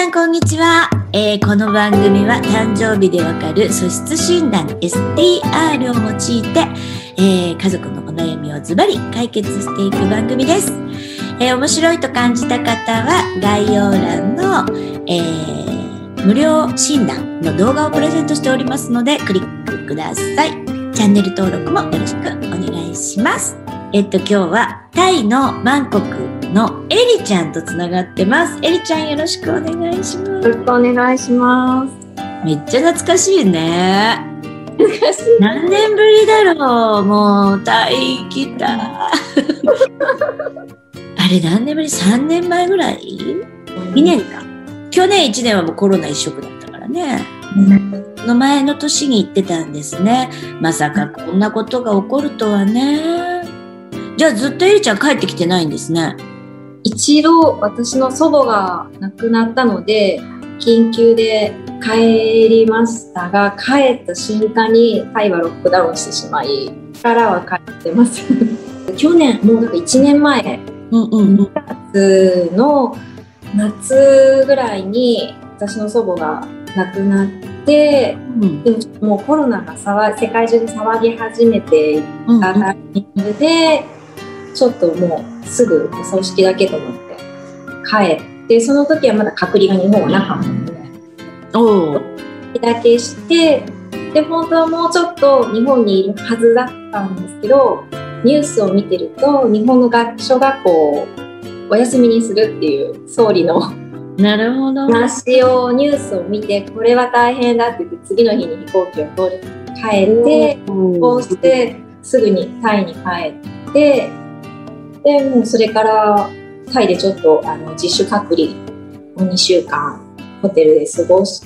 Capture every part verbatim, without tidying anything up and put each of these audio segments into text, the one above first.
さんこんにちは、えー、この番組は誕生日でわかる素質診断 エスティーアール を用いて、えー、家族のお悩みをズバリ解決していく番組です。えー、面白いと感じた方は概要欄の、えー、無料診断の動画をプレゼントしておりますのでクリックください。チャンネル登録もよろしくお願いします。えっと今日はタイのバンコクのエリちゃんとつながってます。エリちゃんよろしくお願いします。 よろしくお願いします。 めっちゃ懐かしいね。 懐かしい。 何年ぶりだろう。もうタイ来た。あれ何年ぶり？さんねんまえぐらい？にねんか。去年いちねんはもうコロナ一色だったからね。その前の年に行ってたんですね。まさかこんなことが起こるとはね。じゃあずっとエリちゃん帰ってきてないんですね。 一度私の祖母が亡くなったので緊急で帰りましたが、帰った瞬間にタイはロックダウンしてしまいからは帰ってます去年もうなんかいちねんまえ、 うんうんうん、 にがつの夏ぐらいに私の祖母が亡くなって、うん、でももうコロナが騒世界中で騒ぎ始めていたタイミングで、うんうん、ちょっともうすぐお葬式だけと思って帰って、その時はまだ隔離が日本はなかったので、 おーだけして、で本当はもうちょっと日本にいるはずだったんですけど、ニュースを見てると日本の小学校をお休みにするっていう総理のなるほど話をニュースを見て、これは大変だって言って次の日に飛行機を通り帰ってこうしてすぐにタイに帰って、でもうそれからタイでちょっとあの自主隔離をにしゅうかんホテルで過ごして、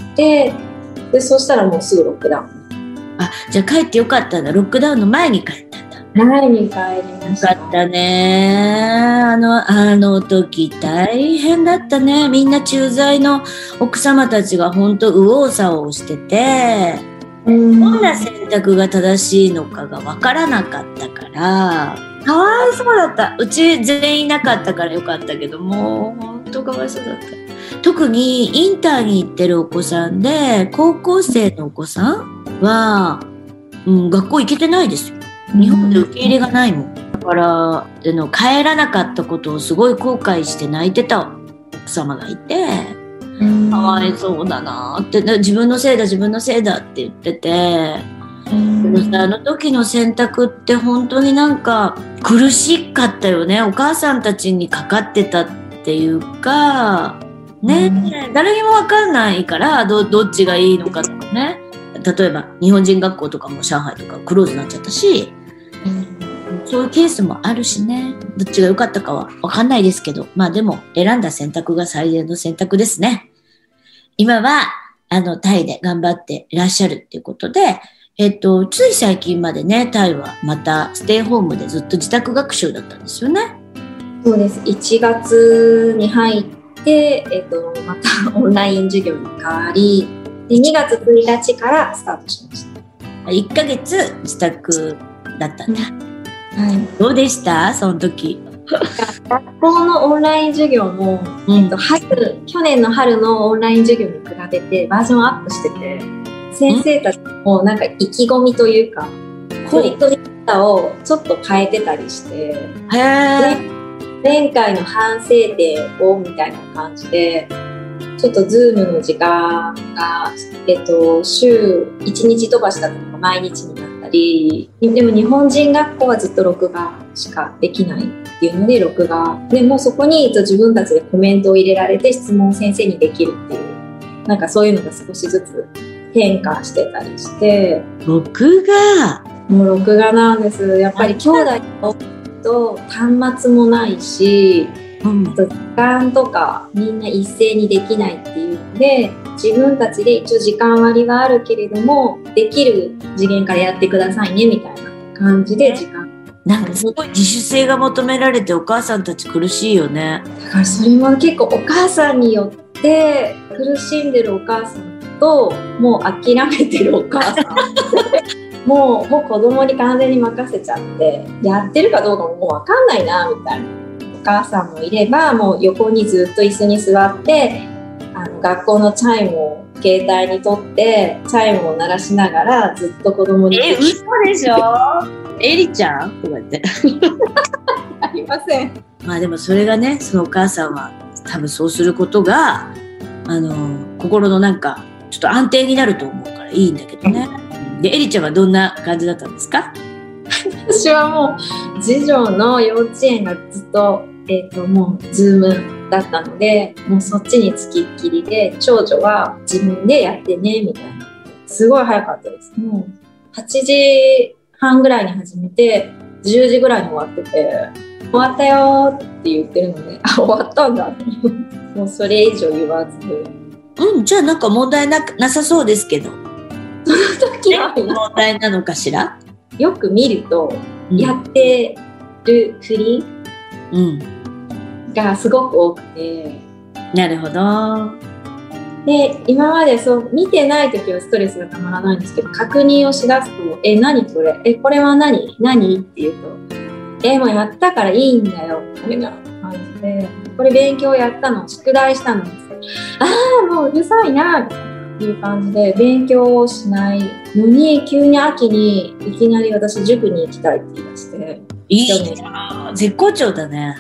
でそしたらもうすぐロックダウン。 あ、じゃあ帰ってよかったんだ。ロックダウンの前に帰ったんだ。 前に帰りました。 よかったね。あのあの時大変だったね。みんな駐在の奥様たちが本当右往左往してて、どんな選択が正しいのかが分からなかったからかわいそうだった。うち全員いなかったからよかったけど、もう本当かわいそうだった。特にインターに行ってるお子さんで高校生のお子さんは、うん、学校行けてないですよ。日本で受け入れがないもん。だからあの帰らなかったことをすごい後悔して泣いてた奥様がいて、かわいそうだなって、自分のせいだ自分のせいだって言ってて、でもさ、あの時の選択って本当になんか苦しかったよね。お母さんたちにかかってたっていうかね、うん、誰にも分かんないから ど, どっちがいいのかとかね。例えば日本人学校とかも上海とかクローズになっちゃったし、うん、そういうケースもあるしね。どっちが良かったかは分かんないですけど、まあでも選んだ選択が最善の選択ですね。今はあのタイで頑張っていらっしゃるっていうことで、えっと、つい最近までね、タイはまたステイホームでずっと自宅学習だったんですよね。 そうです。いちがつに入って、えっと、またオンライン授業に変わり、でにがつついたちからスタートしました。 いっかげつ自宅だったんだ。 はい、 どうでしたその時？ 学校のオンライン授業も、うん、えっと、春、去年の春のオンライン授業に比べてバージョンアップしてて、先生たちもなんか意気込みというか取り組み方をちょっと変えてたりして、 へ前回の反省点をみたいな感じで、ちょっとズームの時間が、えっと、週いちにち飛ばしたとか毎日になったり、でも日本人学校はずっと録画しかできないっていうので、録画でもうそこに自分たちでコメントを入れられて質問を先生にできるっていう、なんかそういうのが少しずつ変化してたりして。 録画もう録画なんです。やっぱり兄弟と端末もないし、うん、時間とかみんな一斉にできないっていうので、自分たちで一応時間割はあるけれどもできる次元からやってくださいねみたいな感じで時間、 なんかすごい自主性が求められてお母さんたち苦しいよね。 だからそれも結構お母さんによって苦しんでるお母さんともう諦めてるお母さんもう、もう子供に完全に任せちゃってやってるかどうかももう分かんないなみたいなお母さんもいれば、もう横にずっと椅子に座ってあの学校のチャイムを携帯に取ってチャイムを鳴らしながらずっと子供にえ嘘でしょエリちゃんとか言ってありません。 まあでもそれがね、そのお母さんは多分そうすることがあの心のなんかちょっと安定になると思うからいいんだけどね。でエリちゃんはどんな感じだったんですか？ 私はもう次女の幼稚園がずっと、えーと、もうズームだったので、もうそっちにつきっきりで、長女は自分でやってねみたいな。すごい早かったです。もうはちじはんぐらいに始めてじゅうじぐらいに終わってて、終わったよって言ってるので、あ、終わったんだってもうそれ以上言わず。 うん、じゃあなんか問題 な, なさそうですけど、 その時は問題なのかしら？ よく見ると、うん、やってるふり、うん、がすごく多くて。 なるほど。 で、今までそう見てない時はストレスがたまらないんですけど、確認をしだすと、え、何これ？え、これは何？何？って言うと、え、もうやったからいいんだよみたいな感じで、これ勉強やったの、宿題したのって、ああ、もううるさいなっていう感じで勉強をしないのに、急に秋にいきなり私塾に行きたいって言い出して、 いいな、絶好調だね。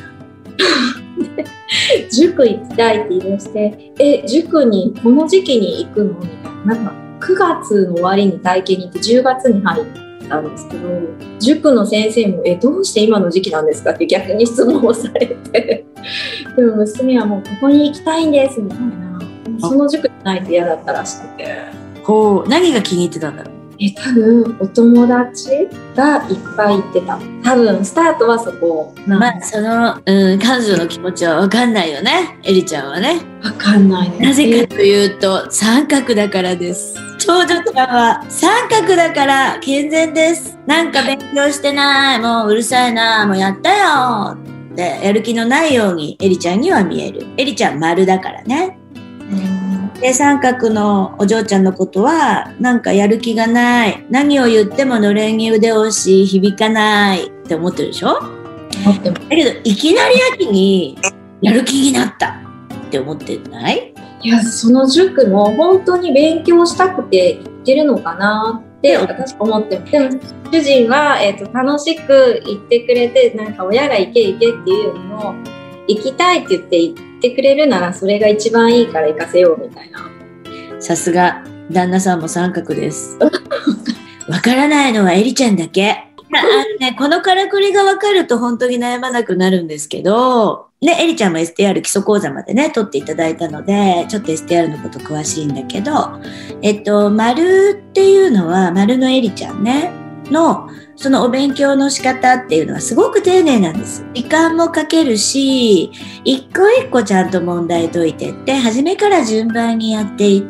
塾行きたいって言い出して、え、塾にこの時期に行くのみたいな。なんかくがつの終わりに体験に行ってじゅうがつに入ったんですけど、塾の先生もえ、どうして今の時期なんですかって逆に質問をされてでも娘はもうここに行きたいんですみたいな、その塾じゃないと嫌だったらしくて。 ほう、何が気に入ってたんだろう。 え、多分お友達がいっぱい行ってた。多分スタートはそこ。 まあその、うん、彼女の気持ちは分かんないよね、エリちゃんはね。 分かんないね。 なぜかというと三角だからです。長女ちゃんは三角だから健全です。なんか勉強してない、もううるさいな、もうやったよってやる気のないようにエリちゃんには見える。エリちゃん丸だからね。で、三角のお嬢ちゃんのことはなんかやる気がない、何を言ってものれんに腕押し、響かないって思ってるでしょ。だけどいきなり秋にやる気になったって思ってない？ いや、その塾も本当に勉強したくて行ってるのかなって私思ってます。でも主人は、えーと、楽しく行ってくれて、なんか親が行け行けっていうよりも、行きたいって言って行ってくれるならそれが一番いいから行かせようみたいな。 さすが旦那さんも三角です。わからないのはエリちゃんだけ。あのね、このからくりがわかると本当に悩まなくなるんですけど、ね、エリちゃんも エスティーアール 基礎講座までね取っていただいたので、ちょっと エスティーアール のこと詳しいんだけど、えっと丸っていうのは丸のエリちゃんねのそのお勉強の仕方っていうのはすごく丁寧なんです。時間もかけるし、一個一個ちゃんと問題解いてって、初めから順番にやっていって、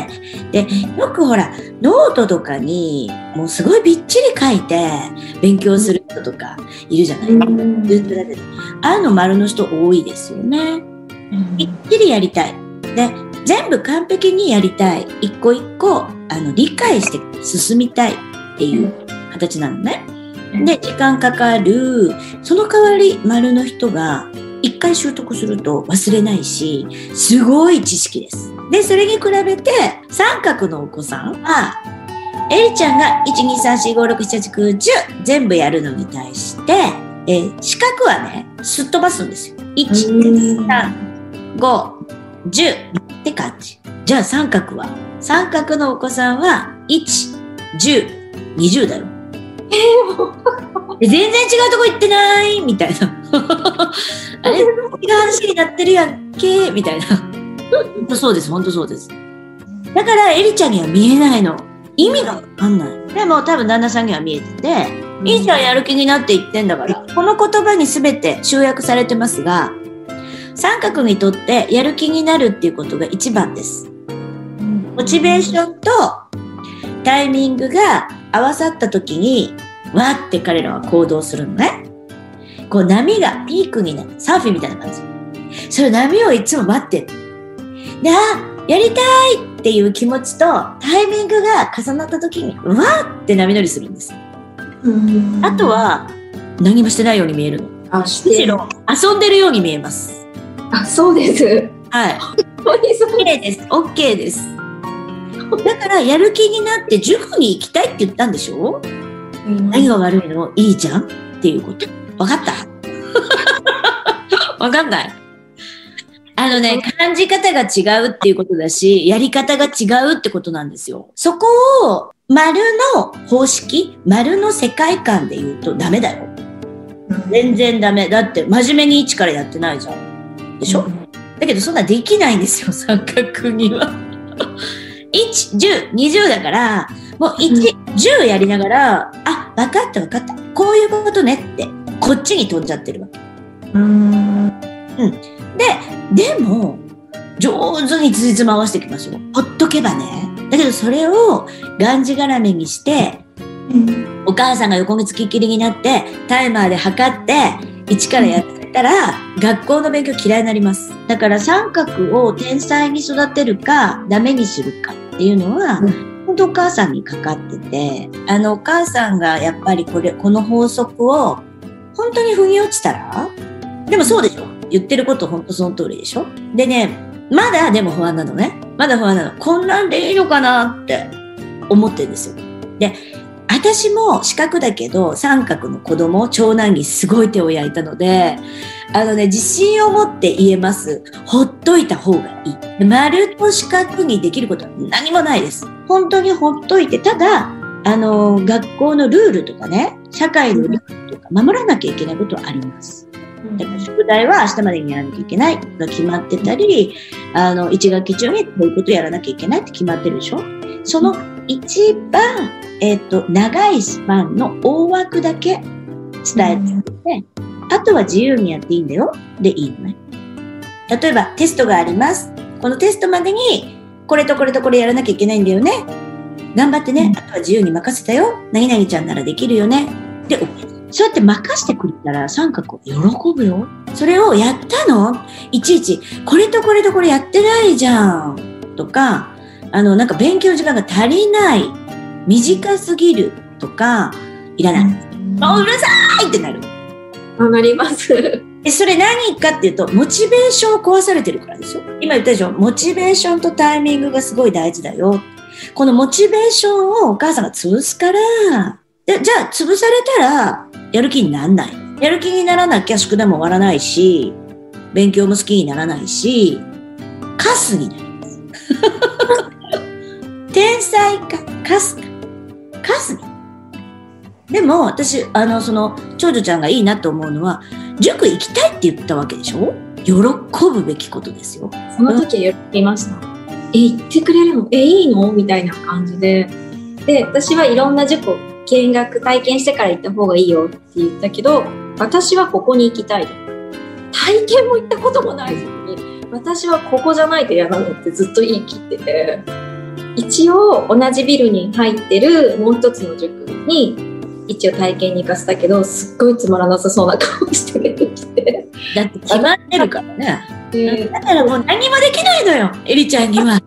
で、よくほら、ノートとかにもうすごいびっちり書いて勉強する人とかいるじゃないですか。ああいうの丸の人多いですよね。びっちりやりたい。で、全部完璧にやりたい。一個一個、あの、理解して進みたいっていう形なのね。で、時間かかる。その代わり丸の人が一回習得すると忘れないし、すごい知識です。で、それに比べて三角のお子さんはエリちゃんがいち、に、さん、よん、ご、ろく、なな、はち、きゅう、じゅう全部やるのに対して、えー、四角はねすっ飛ばすんですよ。いち、さん、ご、じゅうって感じ。じゃあ三角は三角のお子さんはいち、じゅう、にじゅうだよ。えー、全然違うとこ行ってないみたいなあれ違う話になってるやんけみたいな本当そうです、本当そうです。だからエリちゃんには見えないの、意味がわかんない。でも多分旦那さんには見えてて、いいじゃんやる気になって言ってんだから、この言葉に全て集約されてますが、三角にとってやる気になるっていうことが一番です。モチベーションとタイミングが合わさった時にわーって彼らは行動するのね。こう波がピークになる、サーフィンみたいな感じ。それ波をいつも待ってる。で、あ、やりたいっていう気持ちとタイミングが重なった時にわーって波乗りするんです。うん、あとは何もしてないように見えるの。あ、してる。むしろ遊んでるように見えます。 あ、そうです。 はい。 当にそう OK です。OK です。だからやる気になって塾に行きたいって言ったんでしょ、うん、何が悪いの？いいじゃんっていうこと。分かった分かんない。あのね、感じ方が違うっていうことだし、やり方が違うってことなんですよ。そこを丸の方式、丸の世界観で言うとダメだよ。全然ダメ。だって真面目に一からやってないじゃん。でしょ、うん、だけどそんなできないんですよ、三角には。いち、じゅう、にじゅうだから、もういち、うん、じゅうやりながら、あ、分かった分かった。こういうことねって、こっちに飛んじゃってるわけ。うーん。うん。で、でも、上手につじつま合わせてきますよ。ほっとけばね。だけどそれをがんじがらめにして、うん、お母さんが横につきっきりになって、タイマーで測って、一からやってたら、うん、学校の勉強嫌いになります。だから三角を天才に育てるか、ダメにするかっていうのは、うん、本当お母さんにかかってて、あのお母さんがやっぱりこれ、この法則を本当に腑に落ちたら、でもそうでしょ、言ってること本当その通りでしょ。でね、まだでも不安なのね。まだ不安なの。こんなんでいいのかなって思ってるんですよ。で、私も四角だけど三角の子供、長男にすごい手を焼いたので、あのね、自信を持って言えます。ほっといた方がいい。で、丸と四角にできることは何もないです。本当にほっといて、ただ、あの、学校のルールとかね、社会のルールとか守らなきゃいけないことはあります。だから宿題は明日までにやらなきゃいけないが決まってたり、あの、一学期中にこういうことをやらなきゃいけないって決まってるでしょ。その一番、えっと、長いスパンの大枠だけ伝えてて、あとは自由にやっていいんだよ。でいいのね。例えばテストがあります。このテストまでにこれとこれとこれやらなきゃいけないんだよね。頑張ってね。あとは自由に任せたよ。何々ちゃんならできるよね。で、OK。そうやって任してくれたら三角喜ぶよ。それをやったの？いちいち、これとこれとこれやってないじゃん。とか、あの、なんか勉強時間が足りない。短すぎる。とか、いらない。もううるさいってなる。 わかります。 え、それ何かっていうと、モチベーションを壊されてるからですよ。今言ったでしょ？モチベーションとタイミングがすごい大事だよ。このモチベーションをお母さんが潰すから、で、じゃあ潰されたら、やる気にならない。やる気にならなきゃ宿題も終わらないし、勉強も好きにならないし、カスになります。天才か、カスか、カスに。でも、私、あの、その、長女ちゃんがいいなと思うのは、塾行きたいって言ったわけでしょ？喜ぶべきことですよ。 その時は喜びました。え、行ってくれるの？え、いいの？みたいな感じで。で、私はいろんな塾を見学体験してから行った方がいいよって言ったけど、私はここに行きたい。体験も行ったこともないのに、私はここじゃないと嫌なのってずっと言い切ってて、一応同じビルに入ってるもう一つの塾に一応体験に行かせたけど、すっごいつまらなさそうな顔して出てきて。 だって決まってるからね。えー、だからもう何もできないのよ、エリちゃんには。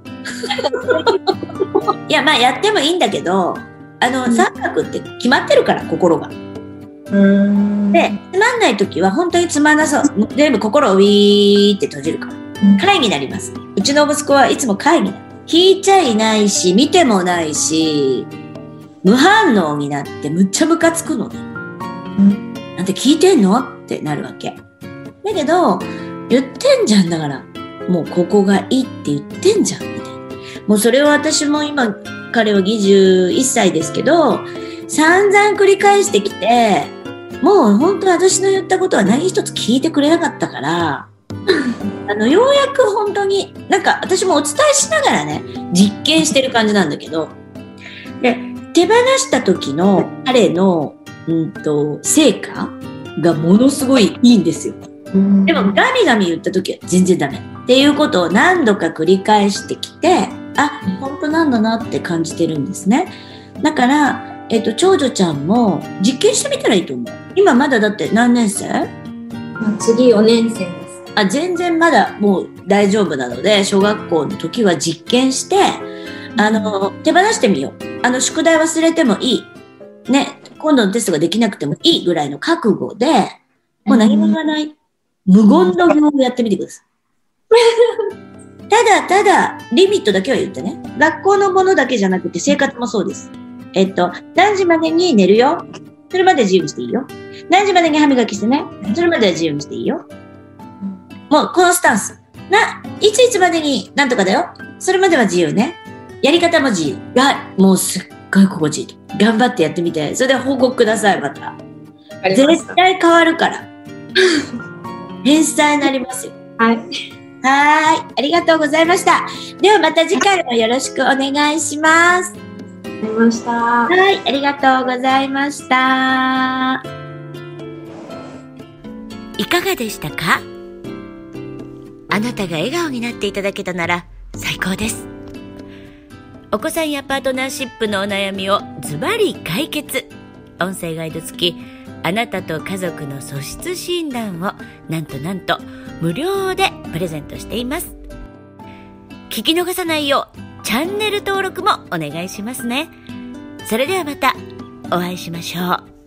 いや、まあやってもいいんだけど、あの、三角って決まってるから、心が。うーん。で、つまんない時は本当につまんなそう。全部心をウィーって閉じるから。会になります。うちの息子はいつも会になる。聞いちゃいないし、見てもないし、無反応になってむっちゃムカつくのね。うん。なんて聞いてんのってなるわけ。だけど、言ってんじゃんだから。もうここがいいって言ってんじゃん。みたいな。もうそれを私も今、彼はにじゅういっさいですけど、散々繰り返してきて、もう本当私の言ったことは何一つ聞いてくれなかったから、あの、ようやく本当に、なんか私もお伝えしながらね、実験してる感じなんだけど、で、手放した時の彼の、うんと、成果がものすごいいいんですよ。でも、ガミガミ言った時は全然ダメ。っていうことを何度か繰り返してきて、あ、本当なんだなって感じてるんですね。だから、えっと、長女ちゃんも実験してみたらいいと思う。今まだだって何年生？ 次よねん生です。 あ、全然まだもう大丈夫なので、小学校の時は実験して、あの、手放してみよう。あの、宿題忘れてもいい。ね、今度のテストができなくてもいいぐらいの覚悟で、もう何も言わない。無言の業をやってみてください。 ただただ、リミットだけは言ってね。学校のものだけじゃなくて生活もそうです。えっと、何時までに寝るよ。それまで自由にしていいよ。何時までに歯磨きしてね。それまでは自由にしていいよ。もう、このスタンス。な、いついつまでになんとかだよ。それまでは自由ね。やり方も自由。が、もうすっごい心地いいと。頑張ってやってみて。それで報告ください、また。絶対変わるから。天才になりますよ。 はい。 はい。ありがとうございました。ではまた次回もよろしくお願いします。 ありがとうございました。 はい。ありがとうございました。いかがでしたか？あなたが笑顔になっていただけたなら最高です。お子さんやパートナーシップのお悩みをズバリ解決。音声ガイド付きあなたと家族の素質診断をなんとなんと無料でプレゼントしています。聞き逃さないようチャンネル登録もお願いしますね。それではまたお会いしましょう。